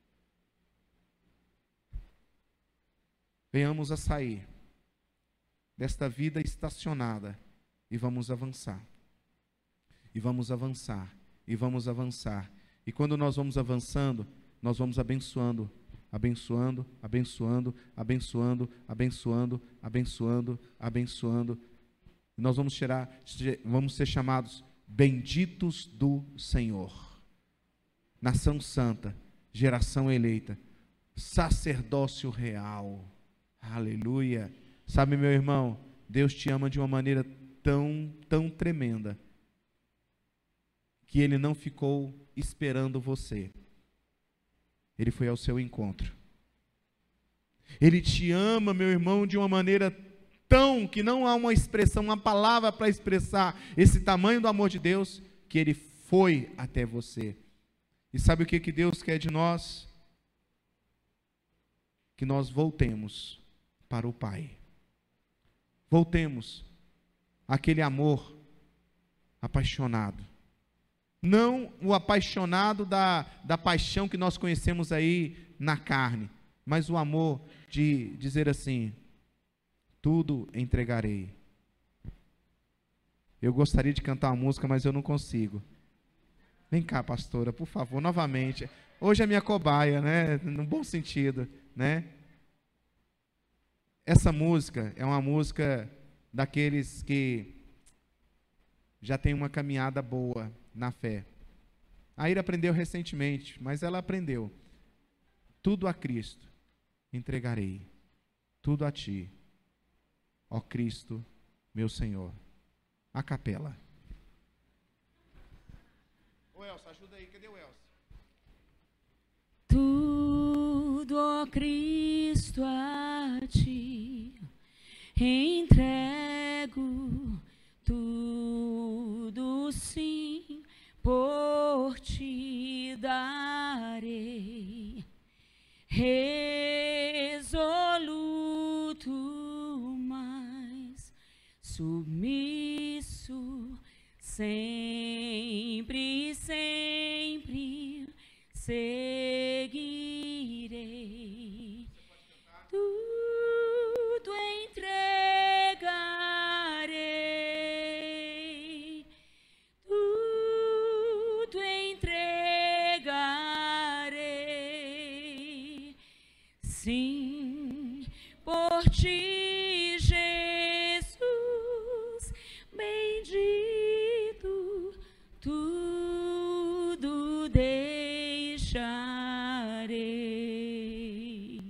venhamos a sair desta vida estacionada, e vamos avançar, e vamos avançar, e vamos avançar, e quando nós vamos avançando, nós vamos abençoando, abençoando, abençoando, abençoando, abençoando, abençoando, abençoando, e nós vamos, tirar, vamos ser chamados benditos do Senhor, nação santa, geração eleita, sacerdócio real, aleluia. Sabe, meu irmão, Deus te ama de uma maneira tão, tão tremenda, que Ele não ficou esperando você, Ele foi ao seu encontro. Ele te ama, meu irmão, de uma maneira tão, que não há uma expressão, uma palavra para expressar esse tamanho do amor de Deus, que Ele foi até você. E sabe o que, que Deus quer de nós? Que nós voltemos para o Pai. Voltemos àquele amor apaixonado. Não o apaixonado da, da paixão que nós conhecemos aí na carne, mas o amor de dizer assim, tudo entregarei. Eu gostaria de cantar uma música, mas eu não consigo. Vem cá, pastora, por favor, novamente. Hoje é minha cobaia, né? No bom sentido, né? Essa música é uma música daqueles que já tem uma caminhada boa na fé. A Ira aprendeu recentemente, mas ela aprendeu. Tudo a Cristo entregarei, tudo a Ti, ó Cristo, meu Senhor. A capela. Ô Elcio, ajuda aí, cadê o Elcio? Tudo, ó Cristo, a Ti entrego, tudo sim por Ti darei, resoluto, mas submisso, sempre, sempre seguirei. Tudo entregarei, tudo entregarei, sim, por ti, Jesus, bendito, tudo deixarei.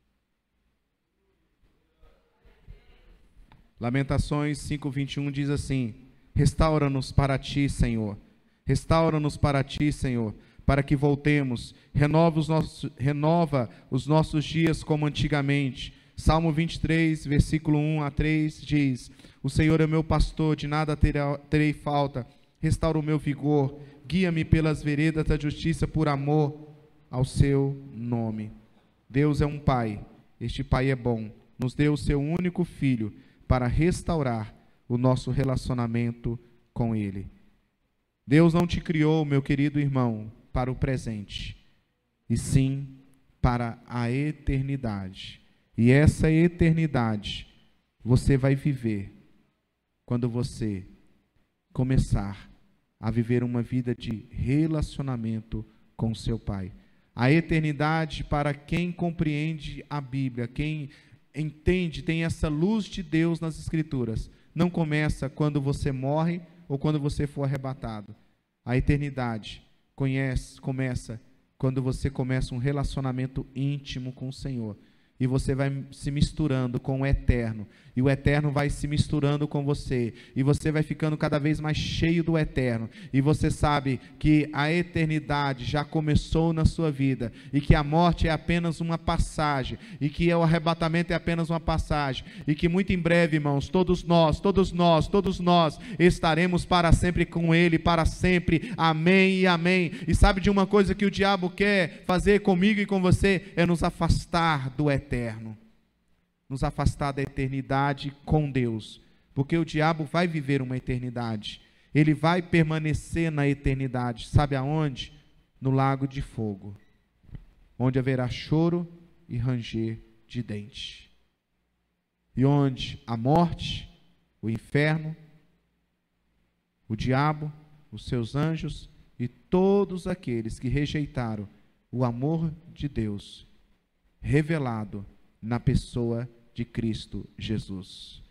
Lamentações cinco, vinte e um diz assim: restaura-nos para ti, Senhor. Restaura-nos para ti, Senhor, para que voltemos. Renova os nossos, renova os nossos dias como antigamente. Salmo vinte e três, versículo um a três diz: o Senhor é meu pastor, de nada terá, terei falta. Restaura o meu vigor, guia-me pelas veredas da justiça por amor ao seu nome. Deus é um Pai, este Pai é bom, nos deu o seu único Filho para restaurar o nosso relacionamento com Ele. Deus não te criou, meu querido irmão, para o presente, e sim para a eternidade. E essa eternidade você vai viver quando você começar a viver uma vida de relacionamento com seu Pai. A eternidade, para quem compreende a Bíblia, quem entende, tem essa luz de Deus nas Escrituras, não começa quando você morre ou quando você for arrebatado. A eternidade conhece, começa quando você começa um relacionamento íntimo com o Senhor. E você vai se misturando com o eterno. E o eterno vai se misturando com você. E você vai ficando cada vez mais cheio do eterno. E você sabe que a eternidade já começou na sua vida. E que a morte é apenas uma passagem. E que o arrebatamento é apenas uma passagem. E que muito em breve, irmãos, todos nós, todos nós, todos nós estaremos para sempre com Ele, para sempre. Amém e amém. E sabe de uma coisa que o diabo quer fazer comigo e com você? É nos afastar do eterno. Eterno, nos afastar da eternidade com Deus, porque o diabo vai viver uma eternidade, ele vai permanecer na eternidade, sabe aonde? No lago de fogo, onde haverá choro e ranger de dente, e onde a morte, o inferno, o diabo, os seus anjos e todos aqueles que rejeitaram o amor de Deus revelado na pessoa de Cristo Jesus.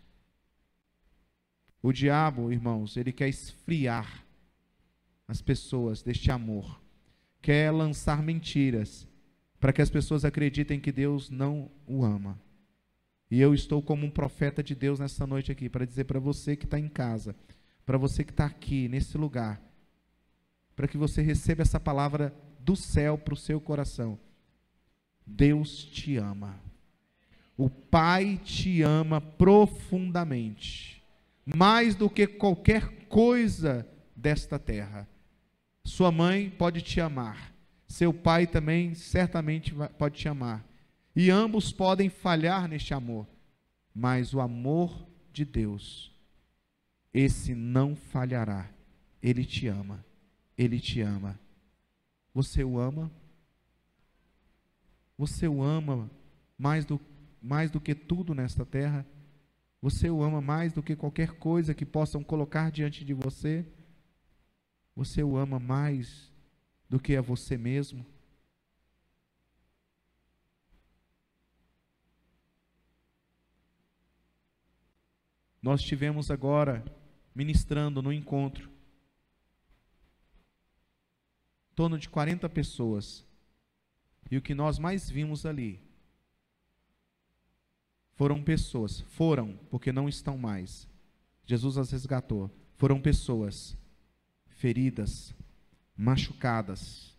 O diabo, irmãos, ele quer esfriar as pessoas deste amor, quer lançar mentiras para que as pessoas acreditem que Deus não o ama. E eu estou como um profeta de Deus nessa noite aqui, para dizer para você que está em casa, para você que está aqui, nesse lugar, para que você receba essa palavra do céu para o seu coração. Deus te ama. O Pai te ama profundamente, mais do que qualquer coisa desta terra. Sua mãe pode te amar, seu pai também certamente pode te amar, e ambos podem falhar neste amor, mas o amor de Deus, esse não falhará. Ele te ama, Ele te ama. Você o ama? Você o ama mais do, mais do que tudo nesta terra? Você o ama mais do que qualquer coisa que possam colocar diante de você? Você o ama mais do que a você mesmo? Nós estivemos agora ministrando no encontro, em torno de quarenta pessoas. E o que nós mais vimos ali foram pessoas, foram, porque não estão mais. Jesus as resgatou. Foram pessoas feridas, machucadas.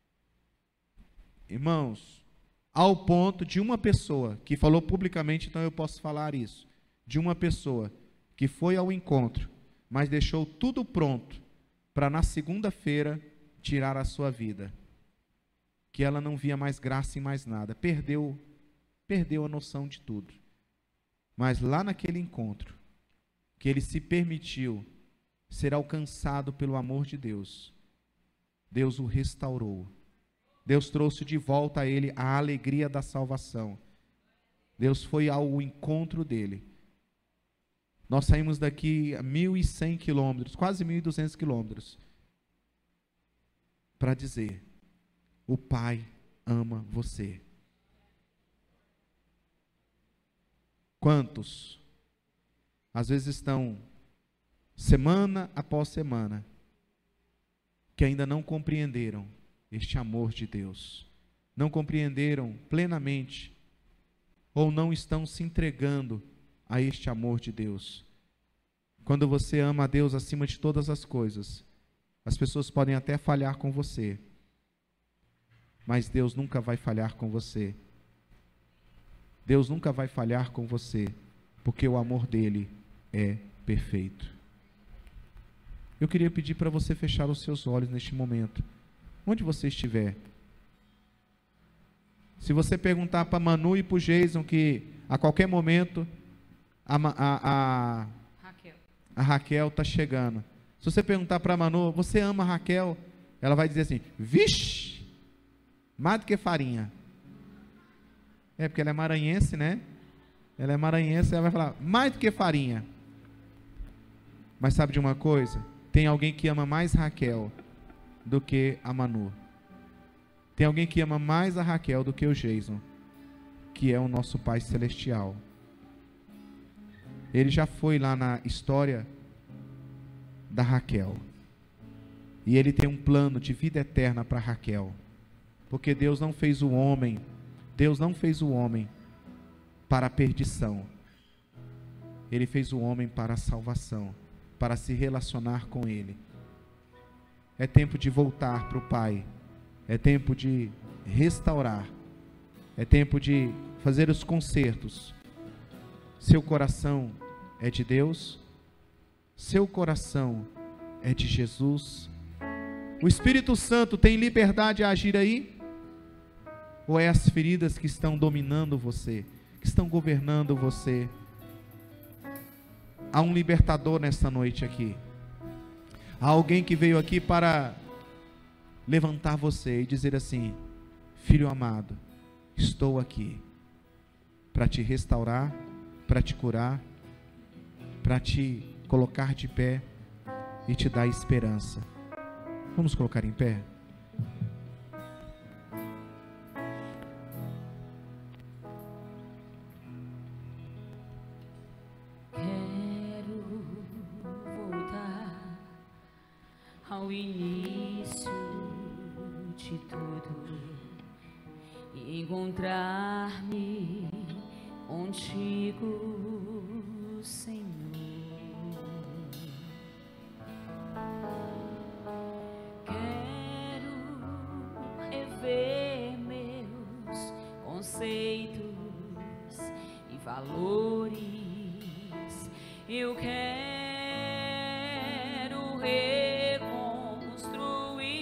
Irmãos, ao ponto de uma pessoa que falou publicamente, então eu posso falar isso, de uma pessoa que foi ao encontro, mas deixou tudo pronto para na segunda-feira tirar a sua vida. Que ela não via mais graça em mais nada, perdeu, perdeu a noção de tudo. Mas lá naquele encontro, que ele se permitiu ser alcançado pelo amor de Deus, Deus o restaurou. Deus trouxe de volta a ele a alegria da salvação. Deus foi ao encontro dele. Nós saímos daqui a mil e cem quilômetros, quase mil e duzentos quilômetros, para dizer: o Pai ama você. Quantos, às vezes, estão semana após semana, que ainda não compreenderam este amor de Deus, não compreenderam plenamente, ou não estão se entregando a este amor de Deus. Quando você ama a Deus acima de todas as coisas, as pessoas podem até falhar com você, mas Deus nunca vai falhar com você. Deus nunca vai falhar com você, porque o amor dele é perfeito. Eu queria pedir para você fechar os seus olhos neste momento, onde você estiver. Se você perguntar para Manu e para o Jason que a qualquer momento a, a, a, Raquel. a Raquel está chegando. Se você perguntar para a Manu, você ama a Raquel? Ela vai dizer assim, vixe, mais do que farinha. É porque ela é maranhense, né? Ela é maranhense, ela vai falar, mais do que farinha. Mas sabe de uma coisa? Tem alguém que ama mais Raquel do que a Manu. Tem alguém que ama mais a Raquel do que o Jason, que é o nosso Pai Celestial. Ele já foi lá na história da Raquel. E ele tem um plano de vida eterna para Raquel. Porque Deus não fez o homem, Deus não fez o homem para a perdição. Ele fez o homem para a salvação, para se relacionar com Ele. É tempo de voltar para o Pai. É tempo de restaurar. É tempo de fazer os concertos. Seu coração é de Deus. Seu coração é de Jesus. O Espírito Santo tem liberdade a agir aí? Ou é as feridas que estão dominando você, que estão governando você? Há um libertador nesta noite aqui. Há alguém que veio aqui para levantar você e dizer assim: filho amado, estou aqui para te restaurar, para te curar, para te colocar de pé e te dar esperança. Vamos colocar em pé? Quero voltar ao início de tudo e encontrar-me contigo, Senhor. Quero rever meus conceitos e valores. Eu quero reconstruir.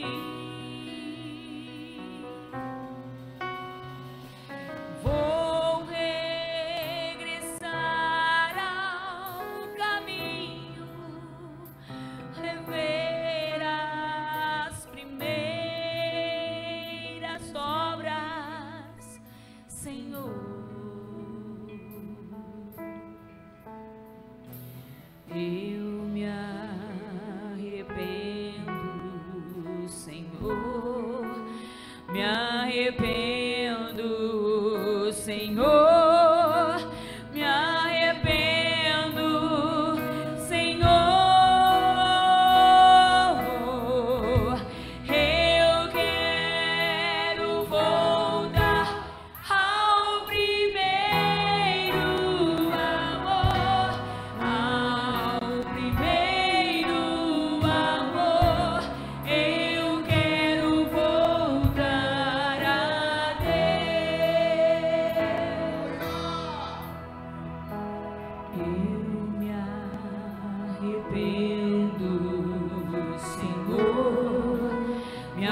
Vou regressar ao caminho, rever as primeiras obras, Senhor. Eu me arrependo, Senhor, me arrependo, Senhor, me arrependo, Senhor. Eu quero voltar ao primeiro amor, ao primeiro amor. Eu quero voltar a Deus. Eu me arrependo, Senhor, me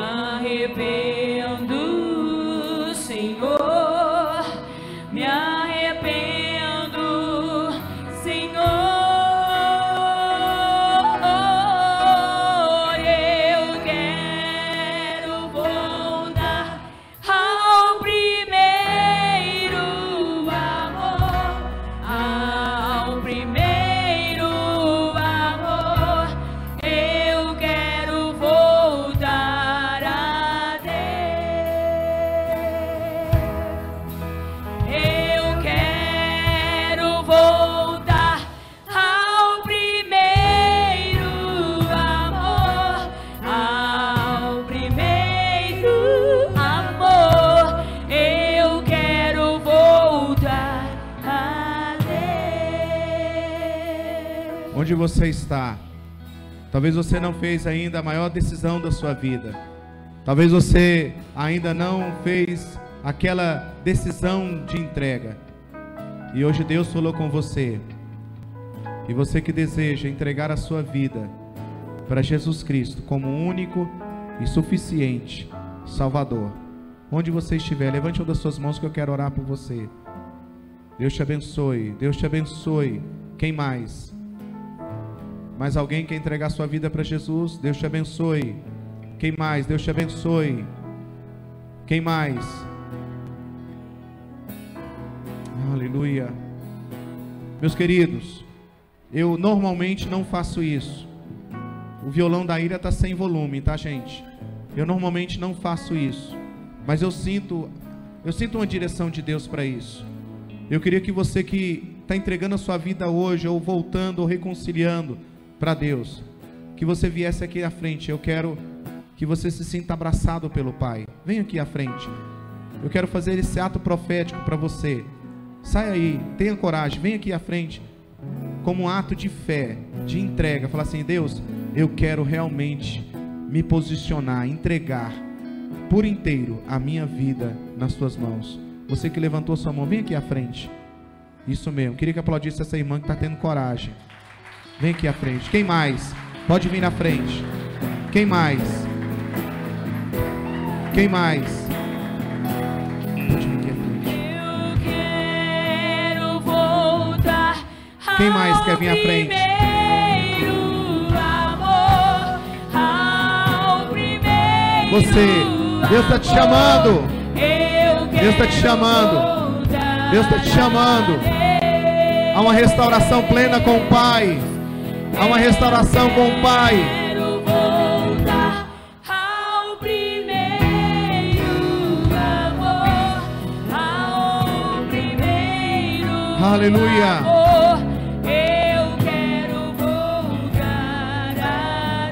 arrependo, Senhor, me arrependo, Senhor. Eu quero voltar ao primeiro amor, ao primeiro Onde você está? Talvez você não fez ainda a maior decisão da sua vida. Talvez você ainda não fez aquela decisão de entrega. E hoje Deus falou com você. E você que deseja entregar a sua vida para Jesus Cristo como único e suficiente Salvador. Onde você estiver, levante uma das suas mãos que eu quero orar por você. Deus te abençoe, Deus te abençoe. Quem mais? Mais alguém quer entregar sua vida para Jesus? Deus te abençoe. Quem mais? Deus te abençoe. Quem mais? Aleluia. Meus queridos, eu normalmente não faço isso. O violão da Ira está sem volume, tá, gente? Eu normalmente não faço isso, mas eu sinto, eu sinto uma direção de Deus para isso. Eu queria que você que está entregando a sua vida hoje, ou voltando, ou reconciliando para Deus, que você viesse aqui à frente. Eu quero que você se sinta abraçado pelo Pai. Vem aqui à frente. Eu quero fazer esse ato profético para você. Sai aí, tenha coragem, vem aqui à frente, como um ato de fé, de entrega. Fala assim: Deus, eu quero realmente me posicionar, entregar por inteiro a minha vida nas tuas mãos. Você que levantou sua mão, vem aqui à frente. Isso mesmo, queria que aplaudisse essa irmã que está tendo coragem. Vem aqui à frente. Quem mais? Pode vir na frente. Quem mais? Quem mais? Pode vir aqui à frente. Eu quero voltar. Quem mais quer vir à frente? Amor, ao primeiro Você, Deus está te chamando. Deus está te chamando. Deus está te chamando. Há uma restauração plena com o Pai. Há uma restauração com o Pai. Quero voltar ao primeiro amor, ao primeiro Aleluia. amor. Eu quero voltar a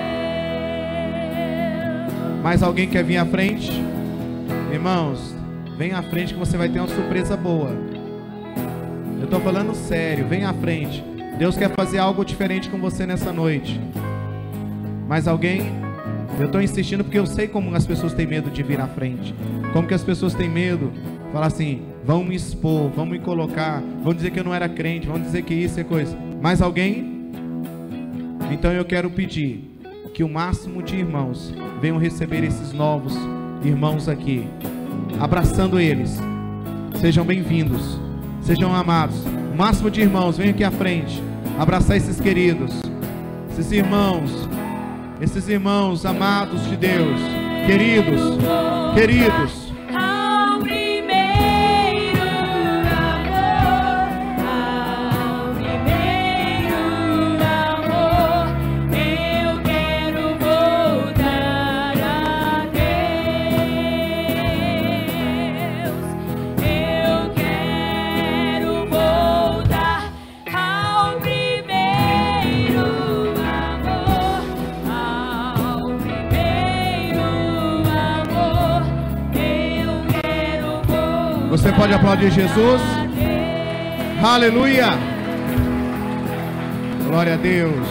Deus. Mais alguém quer vir à frente? Irmãos, vem à frente que você vai ter uma surpresa boa. Eu estou falando sério, vem à frente. Deus quer fazer algo diferente com você nessa noite. Mais alguém? Eu estou insistindo porque eu sei como as pessoas têm medo de vir à frente. Como que as pessoas têm medo? Falar assim: vão me expor, vão me colocar, vão dizer que eu não era crente, vão dizer que isso é coisa. Mais alguém? Então eu quero pedir que o máximo de irmãos venham receber esses novos irmãos aqui, abraçando eles. Sejam bem-vindos, sejam amados. O máximo de irmãos, venham aqui à frente, abraçar esses queridos, esses irmãos, esses irmãos amados de Deus, queridos, queridos. Ao primeiro amor, ao primeiro amor, eu quero voltar a Deus. Eu quero voltar ao primeiro amor, ao primeiro amor. Eu quero voltar. Você pode aplaudir Jesus? Aleluia! Glória a Deus.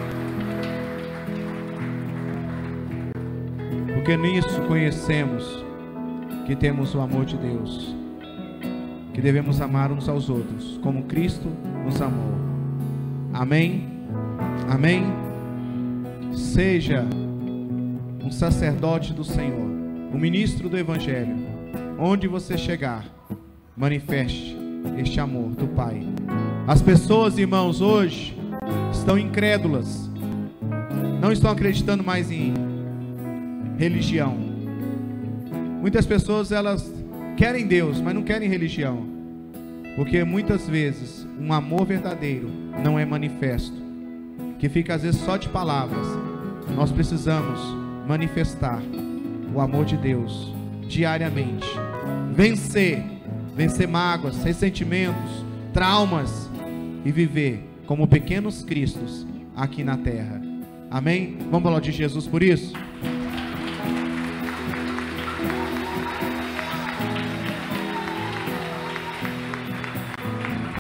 Porque nisso conhecemos que temos o amor de Deus, que devemos amar uns aos outros, como Cristo nos amou. Amém? Amém? Seja um sacerdote do Senhor, um ministro do Evangelho. Onde você chegar, manifeste este amor do Pai. As pessoas, irmãos, hoje estão incrédulas, não estão acreditando mais em religião. Muitas pessoas, elas querem Deus, mas não querem religião, porque muitas vezes um amor verdadeiro não é manifesto, que fica às vezes só de palavras. Nós precisamos manifestar o amor de Deus diariamente, vencer, vencer mágoas, ressentimentos, traumas e viver como pequenos cristos aqui na terra. Amém? Vamos aplaudir Jesus por isso?